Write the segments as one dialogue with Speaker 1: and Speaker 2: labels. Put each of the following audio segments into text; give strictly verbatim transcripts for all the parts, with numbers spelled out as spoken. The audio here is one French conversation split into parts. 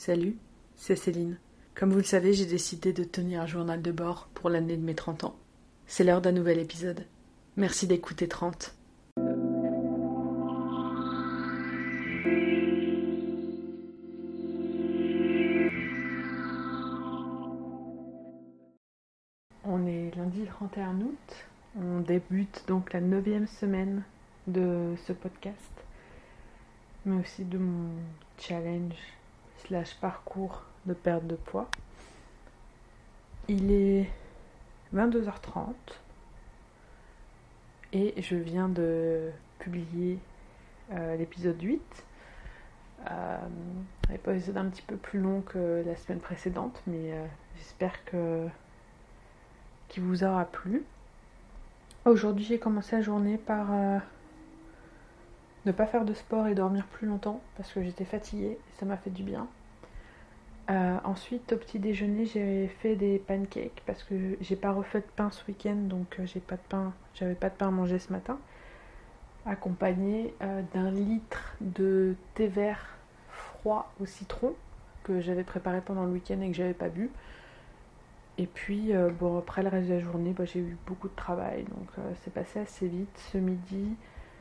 Speaker 1: Salut, c'est Céline. Comme vous le savez, j'ai décidé de tenir un journal de bord pour l'année de mes trente ans. C'est l'heure d'un nouvel épisode. Merci d'écouter trente. On est lundi trente et un août. On débute donc la neuvième semaine de ce podcast, mais aussi de mon challenge slash parcours de perte de poids. Il est vingt-deux heures trente et je viens de publier euh, l'épisode huit. Euh, un épisode un petit peu plus long que la semaine précédente, mais euh, j'espère que qu'il vous aura plu. Aujourd'hui, j'ai commencé la journée par euh, ne pas faire de sport et dormir plus longtemps parce que j'étais fatiguée et ça m'a fait du bien. Euh, ensuite, au petit déjeuner, j'ai fait des pancakes parce que j'ai pas refait de pain ce week-end, donc euh, j'ai pas de pain, j'avais pas de pain à manger ce matin. Accompagné euh, d'un litre de thé vert froid au citron que j'avais préparé pendant le week-end et que j'avais pas bu. Et puis, euh, bon, après le reste de la journée, bah, j'ai eu beaucoup de travail, donc euh, c'est passé assez vite. Ce midi,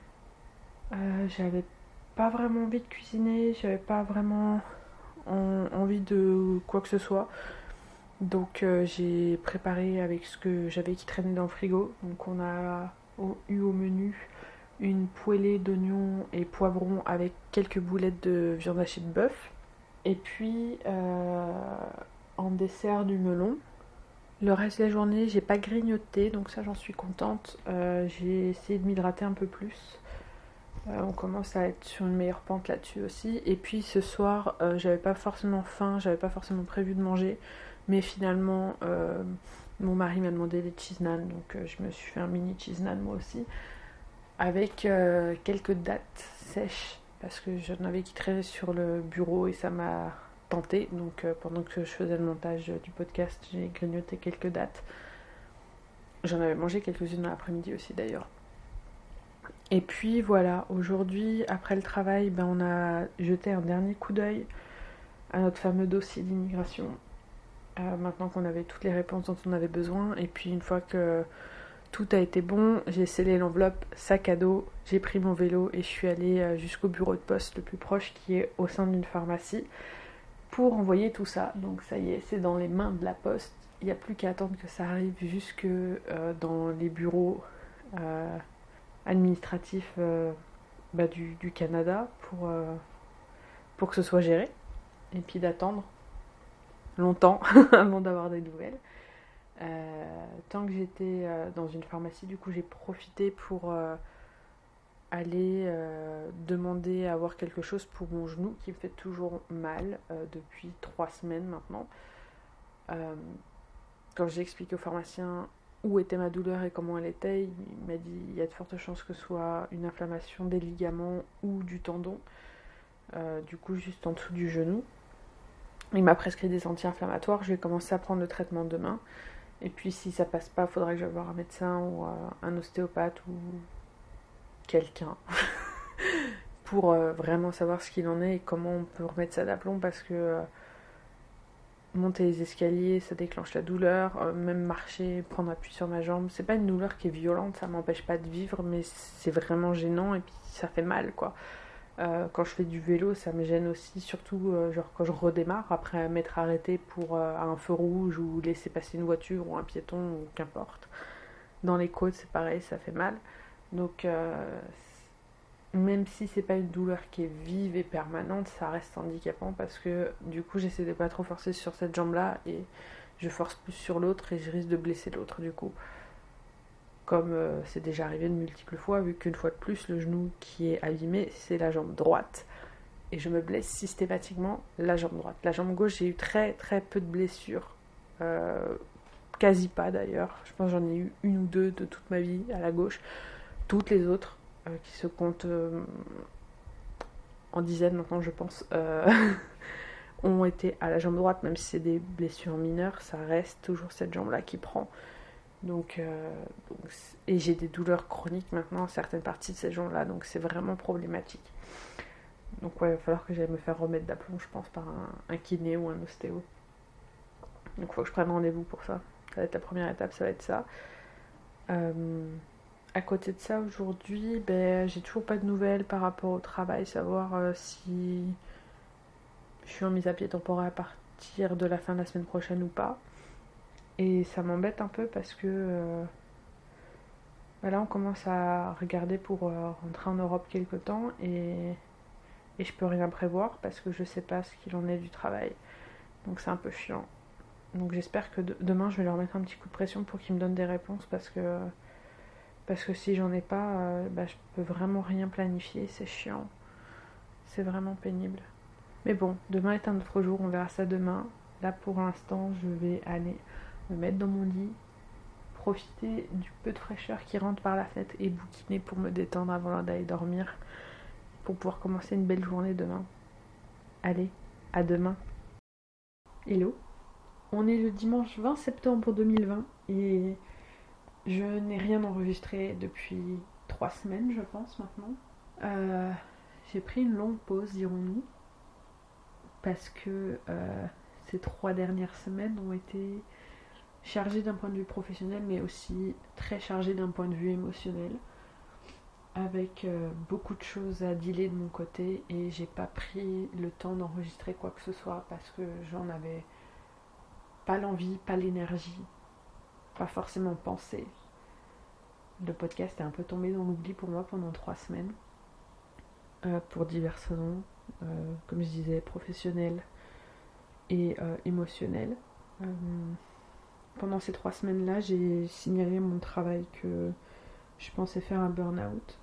Speaker 1: euh, j'avais pas vraiment envie de cuisiner, j'avais pas vraiment en, envie de quoi que ce soit. Donc euh, j'ai préparé avec ce que j'avais qui traînait dans le frigo. Donc on a au, eu au menu une poêlée d'oignons et poivrons avec quelques boulettes de viande hachée de bœuf. Et puis euh, en dessert du melon. Le reste de la journée, j'ai pas grignoté, donc ça j'en suis contente. Euh, j'ai essayé de m'hydrater un peu plus. Euh, on commence à être sur une meilleure pente là-dessus aussi. Et puis ce soir, euh, j'avais pas forcément faim, j'avais pas forcément prévu de manger. Mais finalement, euh, mon mari m'a demandé des cheese naan, donc euh, je me suis fait un mini cheese naan moi aussi. Avec euh, quelques dattes sèches, parce que j'en avais qui traînaient sur le bureau et ça m'a tenté. Donc euh, pendant que je faisais le montage euh, du podcast, j'ai grignoté quelques dattes. J'en avais mangé quelques-unes dans l'après-midi aussi d'ailleurs. Et puis voilà, aujourd'hui, après le travail, ben, on a jeté un dernier coup d'œil à notre fameux dossier d'immigration. Euh, maintenant qu'on avait toutes les réponses dont on avait besoin. Et puis une fois que tout a été bon, j'ai scellé l'enveloppe, sac à dos, j'ai pris mon vélo et je suis allée jusqu'au bureau de poste le plus proche qui est au sein d'une pharmacie pour envoyer tout ça. Donc ça y est, c'est dans les mains de la poste. Il n'y a plus qu'à attendre que ça arrive jusque euh, dans les bureaux euh, administratifs euh, bah, du, du Canada pour, euh, pour que ce soit géré. Et puis d'attendre longtemps avant d'avoir des nouvelles. Euh, tant que j'étais euh, dans une pharmacie, du coup j'ai profité pour euh, aller euh, demander à avoir quelque chose pour mon genou qui me fait toujours mal euh, depuis trois semaines maintenant. Euh, quand j'ai expliqué au pharmacien où était ma douleur et comment elle était, il m'a dit il y a de fortes chances que ce soit une inflammation des ligaments ou du tendon, euh, du coup juste en dessous du genou. Il m'a prescrit des anti-inflammatoires, je vais commencer à prendre le traitement demain. Et puis si ça passe pas, il faudra que j'aille voir un médecin ou euh, un ostéopathe ou quelqu'un pour euh, vraiment savoir ce qu'il en est et comment on peut remettre ça d'aplomb parce que euh, monter les escaliers, ça déclenche la douleur, euh, même marcher, prendre appui sur ma jambe, c'est pas une douleur qui est violente, ça m'empêche pas de vivre, mais c'est vraiment gênant et puis ça fait mal quoi. Euh, quand je fais du vélo, ça me gêne aussi, surtout euh, genre quand je redémarre après m'être arrêté pour euh, un feu rouge ou laisser passer une voiture ou un piéton ou qu'importe. Dans les côtes, c'est pareil, ça fait mal. Donc, euh, même si c'est pas une douleur qui est vive et permanente, ça reste handicapant parce que du coup, j'essaie de pas trop forcer sur cette jambe-là et je force plus sur l'autre et je risque de blesser l'autre du coup. Comme euh, c'est déjà arrivé de multiples fois, vu qu'une fois de plus, le genou qui est abîmé, c'est la jambe droite. Et je me blesse systématiquement la jambe droite. La jambe gauche, j'ai eu très très peu de blessures. Euh, quasi pas d'ailleurs. Je pense que j'en ai eu une ou deux de toute ma vie à la gauche. Toutes les autres, euh, qui se comptent euh, en dizaines maintenant, je pense, euh, ont été à la jambe droite. Même si c'est des blessures mineures, ça reste toujours cette jambe-là qui prend. Donc, euh, donc, et j'ai des douleurs chroniques maintenant à certaines parties de ces gens-là, donc c'est vraiment problématique. Donc ouais, il va falloir que j'aille me faire remettre d'aplomb, je pense, par un, un kiné ou un ostéo. Donc il faut que je prenne rendez-vous pour ça. Ça va être la première étape, ça va être ça. Euh, à côté de ça, aujourd'hui, ben, j'ai toujours pas de nouvelles par rapport au travail, savoir euh, si je suis en mise à pied temporaire à partir de la fin de la semaine prochaine ou pas. Et ça m'embête un peu parce que euh, ben là, on commence à regarder pour euh, rentrer en Europe quelque temps et, et je peux rien prévoir parce que je sais pas ce qu'il en est du travail. Donc c'est un peu chiant. Donc j'espère que de- demain, je vais leur mettre un petit coup de pression pour qu'ils me donnent des réponses parce que, parce que si j'en ai pas, euh, bah, je peux vraiment rien planifier. C'est chiant. C'est vraiment pénible. Mais bon, demain est un autre jour, on verra ça demain. Là pour l'instant, je vais aller me mettre dans mon lit, profiter du peu de fraîcheur qui rentre par la fenêtre et bouquiner pour me détendre avant d'aller dormir, pour pouvoir commencer une belle journée demain. Allez, à demain. Hello. On est le dimanche vingt septembre deux mille vingt et je n'ai rien enregistré depuis trois semaines, je pense maintenant. Euh, j'ai pris une longue pause, dirons-nous, parce que euh, ces trois dernières semaines ont été chargées d'un point de vue professionnel, mais aussi très chargées d'un point de vue émotionnel, avec euh, beaucoup de choses à dealer de mon côté, et j'ai pas pris le temps d'enregistrer quoi que ce soit parce que j'en avais pas l'envie, pas l'énergie, pas forcément pensé. Le podcast est un peu tombé dans l'oubli pour moi pendant trois semaines, euh, pour diverses raisons, euh, comme je disais, professionnelles et euh, émotionnelles. Euh, pendant ces trois semaines-là, j'ai signalé à mon travail que je pensais faire un burn-out.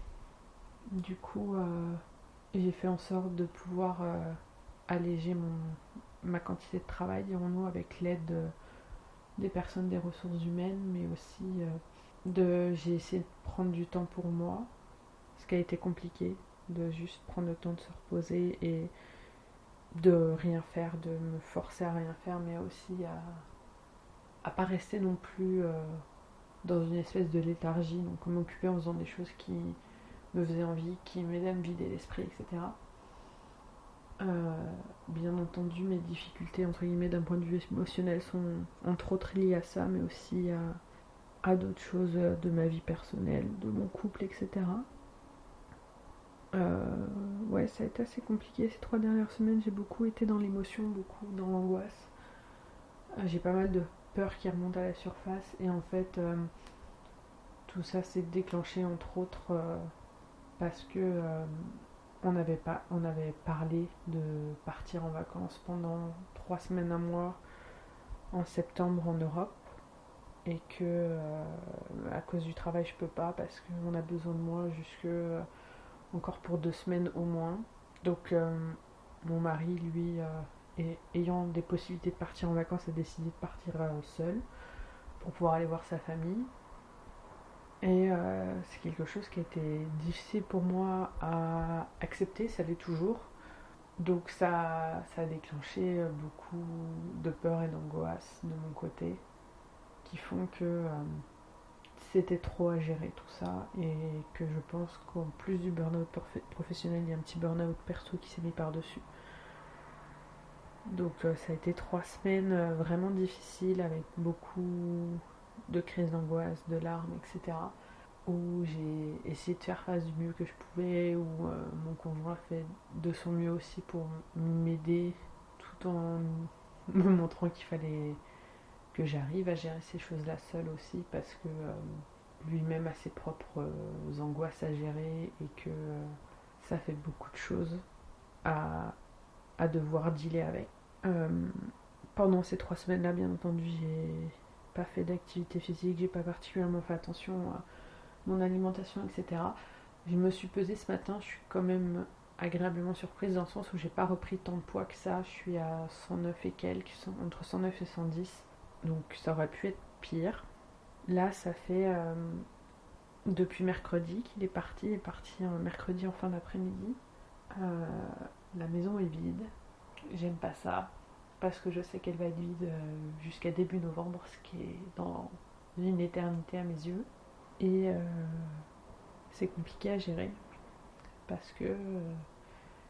Speaker 1: Du coup, euh, j'ai fait en sorte de pouvoir euh, alléger mon, ma quantité de travail, dirons-nous, avec l'aide de, des personnes des ressources humaines, mais aussi euh, de, j'ai essayé de prendre du temps pour moi, ce qui a été compliqué, de juste prendre le temps de se reposer et de rien faire, de me forcer à rien faire, mais aussi à, à pas rester non plus euh, dans une espèce de léthargie, donc m'occuper en faisant des choses qui me faisaient envie, qui m'aidaient à me vider l'esprit, et cetera. Euh, bien entendu, mes difficultés, entre guillemets, d'un point de vue émotionnel sont entre autres liées à ça, mais aussi à, à d'autres choses de ma vie personnelle, de mon couple, et cetera. Euh, ouais, ça a été assez compliqué ces trois dernières semaines. J'ai beaucoup été dans l'émotion, beaucoup dans l'angoisse. Euh, j'ai pas mal de peur qui remontent à la surface et en fait, euh, tout ça s'est déclenché entre autres euh, parce que euh, on avait pas, on avait parlé de partir en vacances pendant trois semaines, un mois en septembre en Europe et que euh, à cause du travail je peux pas parce qu'on a besoin de moi jusque euh, encore pour deux semaines au moins. Donc euh, mon mari, lui, euh, et, ayant des possibilités de partir en vacances, a décidé de partir euh, seul pour pouvoir aller voir sa famille. Et euh, c'est quelque chose qui a été difficile pour moi à accepter, ça l'est toujours. Donc ça, ça a déclenché beaucoup de peur et d'angoisse de mon côté, qui font que euh, c'était trop à gérer tout ça, et que je pense qu'en plus du burn-out professionnel, il y a un petit burn-out perso qui s'est mis par-dessus. Donc euh, ça a été trois semaines euh, vraiment difficiles avec beaucoup de crises d'angoisse, de larmes, et cetera. Où j'ai essayé de faire face du mieux que je pouvais, où euh, mon conjoint fait de son mieux aussi pour m'aider tout en me montrant qu'il fallait que j'arrive à gérer ces choses-là seule aussi parce que euh, lui-même a ses propres euh, angoisses à gérer et que euh, ça fait beaucoup de choses à, à devoir dealer avec. Euh, pendant ces trois semaines-là, bien entendu, j'ai pas fait d'activité physique, j'ai pas particulièrement fait attention à mon alimentation, et cetera. Je me suis pesée ce matin, je suis quand même agréablement surprise dans le sens où j'ai pas repris tant de poids que ça. Je suis à cent neuf et quelques, entre cent neuf et cent dix. Donc ça aurait pu être pire. Là, ça fait euh, depuis mercredi qu'il est parti. Il est parti un mercredi en fin d'après-midi. Euh, la maison est vide. J'aime pas ça parce que je sais qu'elle va être vide euh, jusqu'à début novembre, ce qui est dans une éternité à mes yeux. Et euh, c'est compliqué à gérer parce que euh,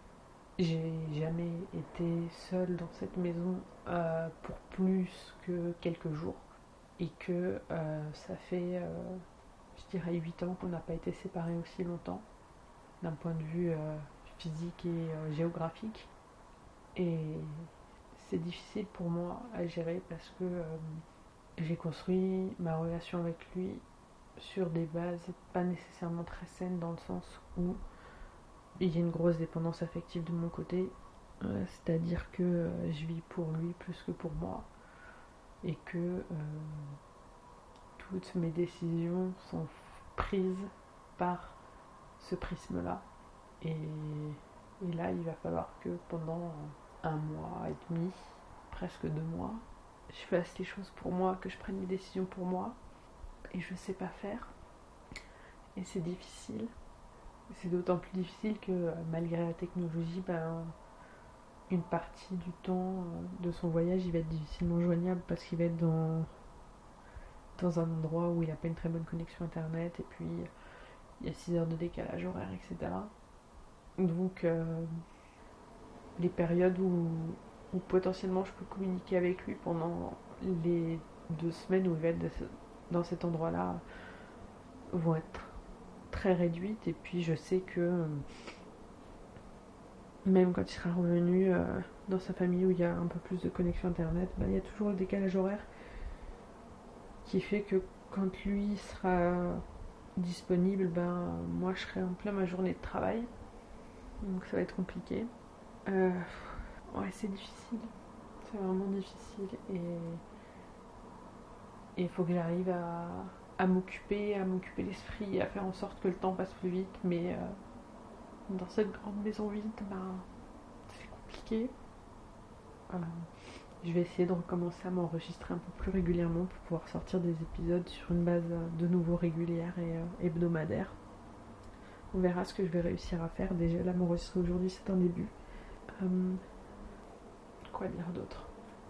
Speaker 1: j'ai jamais été seule dans cette maison euh, pour plus que quelques jours. Et que euh, ça fait, euh, je dirais, huit ans qu'on n'a pas été séparés aussi longtemps, d'un point de vue euh, physique et euh, géographique. Et c'est difficile pour moi à gérer parce que euh, j'ai construit ma relation avec lui sur des bases pas nécessairement très saines, dans le sens où il y a une grosse dépendance affective de mon côté, euh, c'est-à-dire que euh, je vis pour lui plus que pour moi, et que euh, toutes mes décisions sont prises par ce prisme-là. Et, et là, il va falloir que pendant un mois et demi, presque deux mois, je fasse les choses pour moi, que je prenne les décisions pour moi. Et je sais pas faire. Et c'est difficile. C'est d'autant plus difficile que malgré la technologie, ben, une partie du temps de son voyage, il va être difficilement joignable parce qu'il va être dans, dans un endroit où il n'a pas une très bonne connexion internet, et puis il y a six heures de décalage horaire, et cetera. Donc euh, les périodes où, où potentiellement je peux communiquer avec lui pendant les deux semaines où il va être dans cet endroit-là vont être très réduites. Et puis je sais que même quand il sera revenu euh, dans sa famille où il y a un peu plus de connexion internet, ben, il y a toujours le décalage horaire qui fait que quand lui sera disponible, ben moi je serai en plein ma journée de travail, donc ça va être compliqué. Euh, ouais, c'est difficile, c'est vraiment difficile, et il faut que j'arrive à, à m'occuper, à m'occuper l'esprit, à faire en sorte que le temps passe plus vite, mais euh, dans cette grande maison vide, ben c'est compliqué. Euh, je vais essayer de recommencer à m'enregistrer un peu plus régulièrement pour pouvoir sortir des épisodes sur une base de nouveau régulière et euh, hebdomadaire. On verra ce que je vais réussir à faire. Déjà là, m'enregistrer aujourd'hui, c'est un début. Euh, quoi dire d'autre?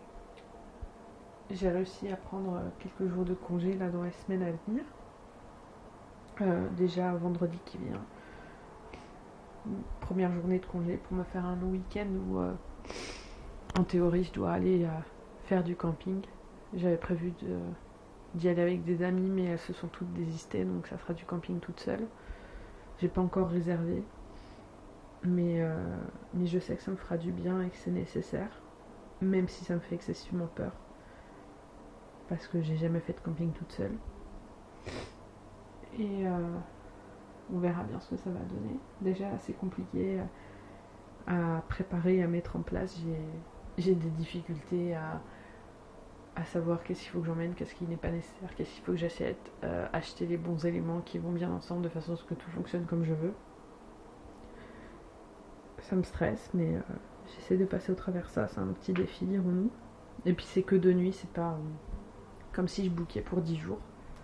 Speaker 1: J'ai réussi à prendre quelques jours de congé là dans la semaine à venir. Euh, déjà vendredi qui vient. Première journée de congé pour me faire un long week-end où euh, en théorie je dois aller euh, faire du camping. J'avais prévu de, d'y aller avec des amis, mais elles se sont toutes désistées, donc ça sera du camping toute seule. J'ai pas encore réservé, mais, euh, mais je sais que ça me fera du bien et que c'est nécessaire, même si ça me fait excessivement peur, parce que j'ai jamais fait de camping toute seule. Et euh, on verra bien ce que ça va donner. Déjà, c'est compliqué à préparer, à mettre en place. J'ai, j'ai des difficultés à, à savoir qu'est-ce qu'il faut que j'emmène, qu'est-ce qui n'est pas nécessaire, qu'est-ce qu'il faut que j'achète, euh, acheter les bons éléments qui vont bien ensemble de façon à ce que tout fonctionne comme je veux. Ça me stresse, mais euh, j'essaie de passer au travers ça. C'est un petit défi, dirons-nous. Et puis c'est que de nuit, c'est pas euh, comme si je bookais pour dix jours.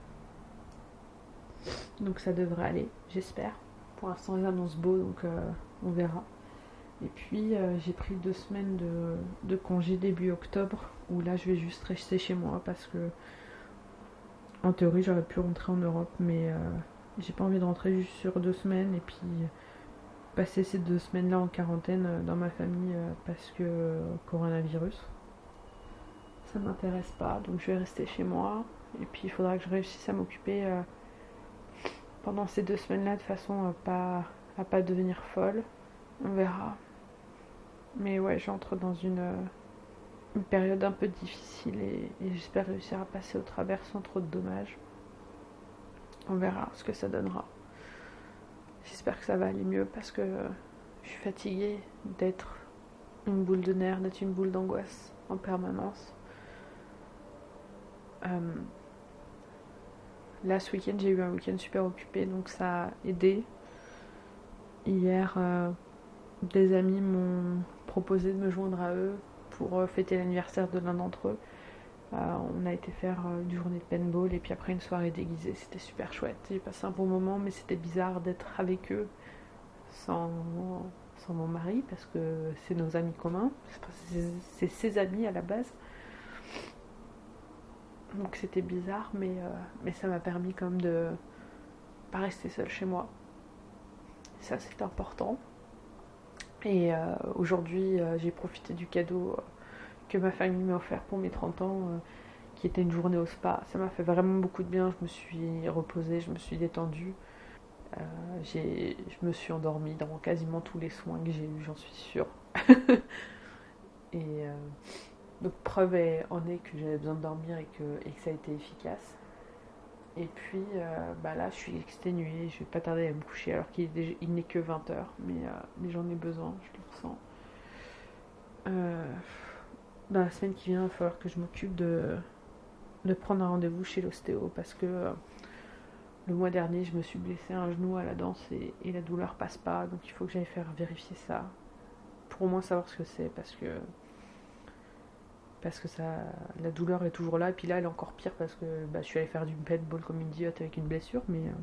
Speaker 1: Donc ça devrait aller, j'espère. Pour l'instant, les annonces beaux, donc euh, on verra. Et puis euh, j'ai pris deux semaines de, de congé début octobre, où là je vais juste rester chez moi parce que en théorie j'aurais pu rentrer en Europe, mais euh, j'ai pas envie de rentrer juste sur deux semaines et puis passer ces deux semaines là en quarantaine dans ma famille euh, parce que euh, coronavirus. Ça m'intéresse pas, donc je vais rester chez moi. Et puis il faudra que je réussisse à m'occuper euh, pendant ces deux semaines là de façon à pas, à pas devenir folle. On verra. Mais ouais, j'entre dans une, euh, une période un peu difficile, et, et j'espère réussir à passer au travers sans trop de dommages. On verra ce que ça donnera. J'espère que ça va aller mieux parce que euh, je suis fatiguée d'être une boule de nerfs, d'être une boule d'angoisse en permanence. Euh, là, ce week-end, j'ai eu un week-end super occupé, donc ça a aidé. Hier, euh, des amis m'ont proposé de me joindre à eux pour euh, fêter l'anniversaire de l'un d'entre eux. Euh, on a été faire euh, une journée de paintball et puis après une soirée déguisée. C'était super chouette. J'ai passé un bon moment, mais c'était bizarre d'être avec eux sans, sans mon mari parce que c'est nos amis communs. C'est, c'est ses amis à la base. Donc c'était bizarre, mais, euh, mais ça m'a permis quand même de pas rester seule chez moi. Ça, c'est important. Et euh, aujourd'hui, euh, j'ai profité du cadeau euh, que ma famille m'a offert pour mes trente ans, euh, qui était une journée au spa. Ça m'a fait vraiment beaucoup de bien. Je me suis reposée, je me suis détendue. Euh, j'ai, je me suis endormie dans quasiment tous les soins que j'ai eus, j'en suis sûre. Et euh, donc preuve est- en est que j'avais besoin de dormir et que, et que ça a été efficace. Et puis euh, bah là, je suis exténuée, je vais pas tarder à me coucher alors qu'il est déjà- il n'est que vingt heures, mais, euh, mais j'en ai besoin, je le ressens. Euh, dans la semaine qui vient, il va falloir que je m'occupe de, de prendre un rendez-vous chez l'ostéo parce que euh, le mois dernier, je me suis blessée un genou à la danse et, et la douleur passe pas, donc il faut que j'aille faire vérifier ça pour au moins savoir ce que c'est parce que parce que ça, la douleur est toujours là et puis là elle est encore pire parce que bah, je suis allée faire du paintball comme une idiote avec une blessure, mais euh,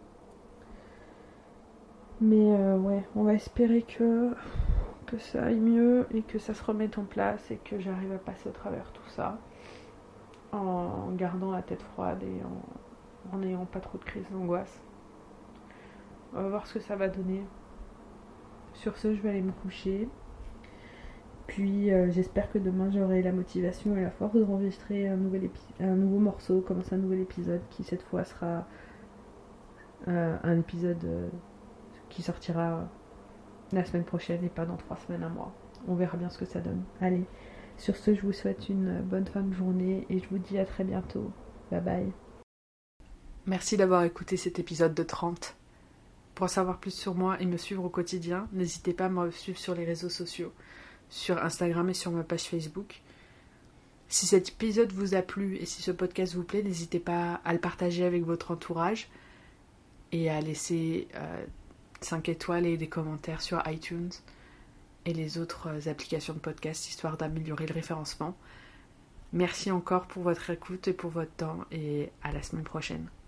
Speaker 1: mais euh, ouais, on va espérer que que ça aille mieux et que ça se remette en place et que j'arrive à passer au travers tout ça en gardant la tête froide et en en n'ayant pas trop de crise d'angoisse. On va voir ce que ça va donner. Sur ce, je vais aller me coucher. Puis euh, j'espère que demain j'aurai la motivation et la force de enregistrer un, nouvel épi- un nouveau morceau, commencer un nouvel épisode qui cette fois sera euh, un épisode euh, qui sortira la semaine prochaine et pas dans trois semaines, un mois. On verra bien ce que ça donne. Allez, sur ce, je vous souhaite une bonne fin de journée et je vous dis à très bientôt. Bye bye. Merci d'avoir écouté cet épisode de trente. Pour en savoir plus sur moi et me suivre au quotidien, n'hésitez pas à me suivre sur les réseaux sociaux, sur Instagram et sur ma page Facebook. Si cet épisode vous a plu et si ce podcast vous plaît, n'hésitez pas à le partager avec votre entourage et à laisser euh, cinq étoiles et des commentaires sur iTunes et les autres applications de podcast histoire d'améliorer le référencement. Merci encore pour votre écoute et pour votre temps et à la semaine prochaine.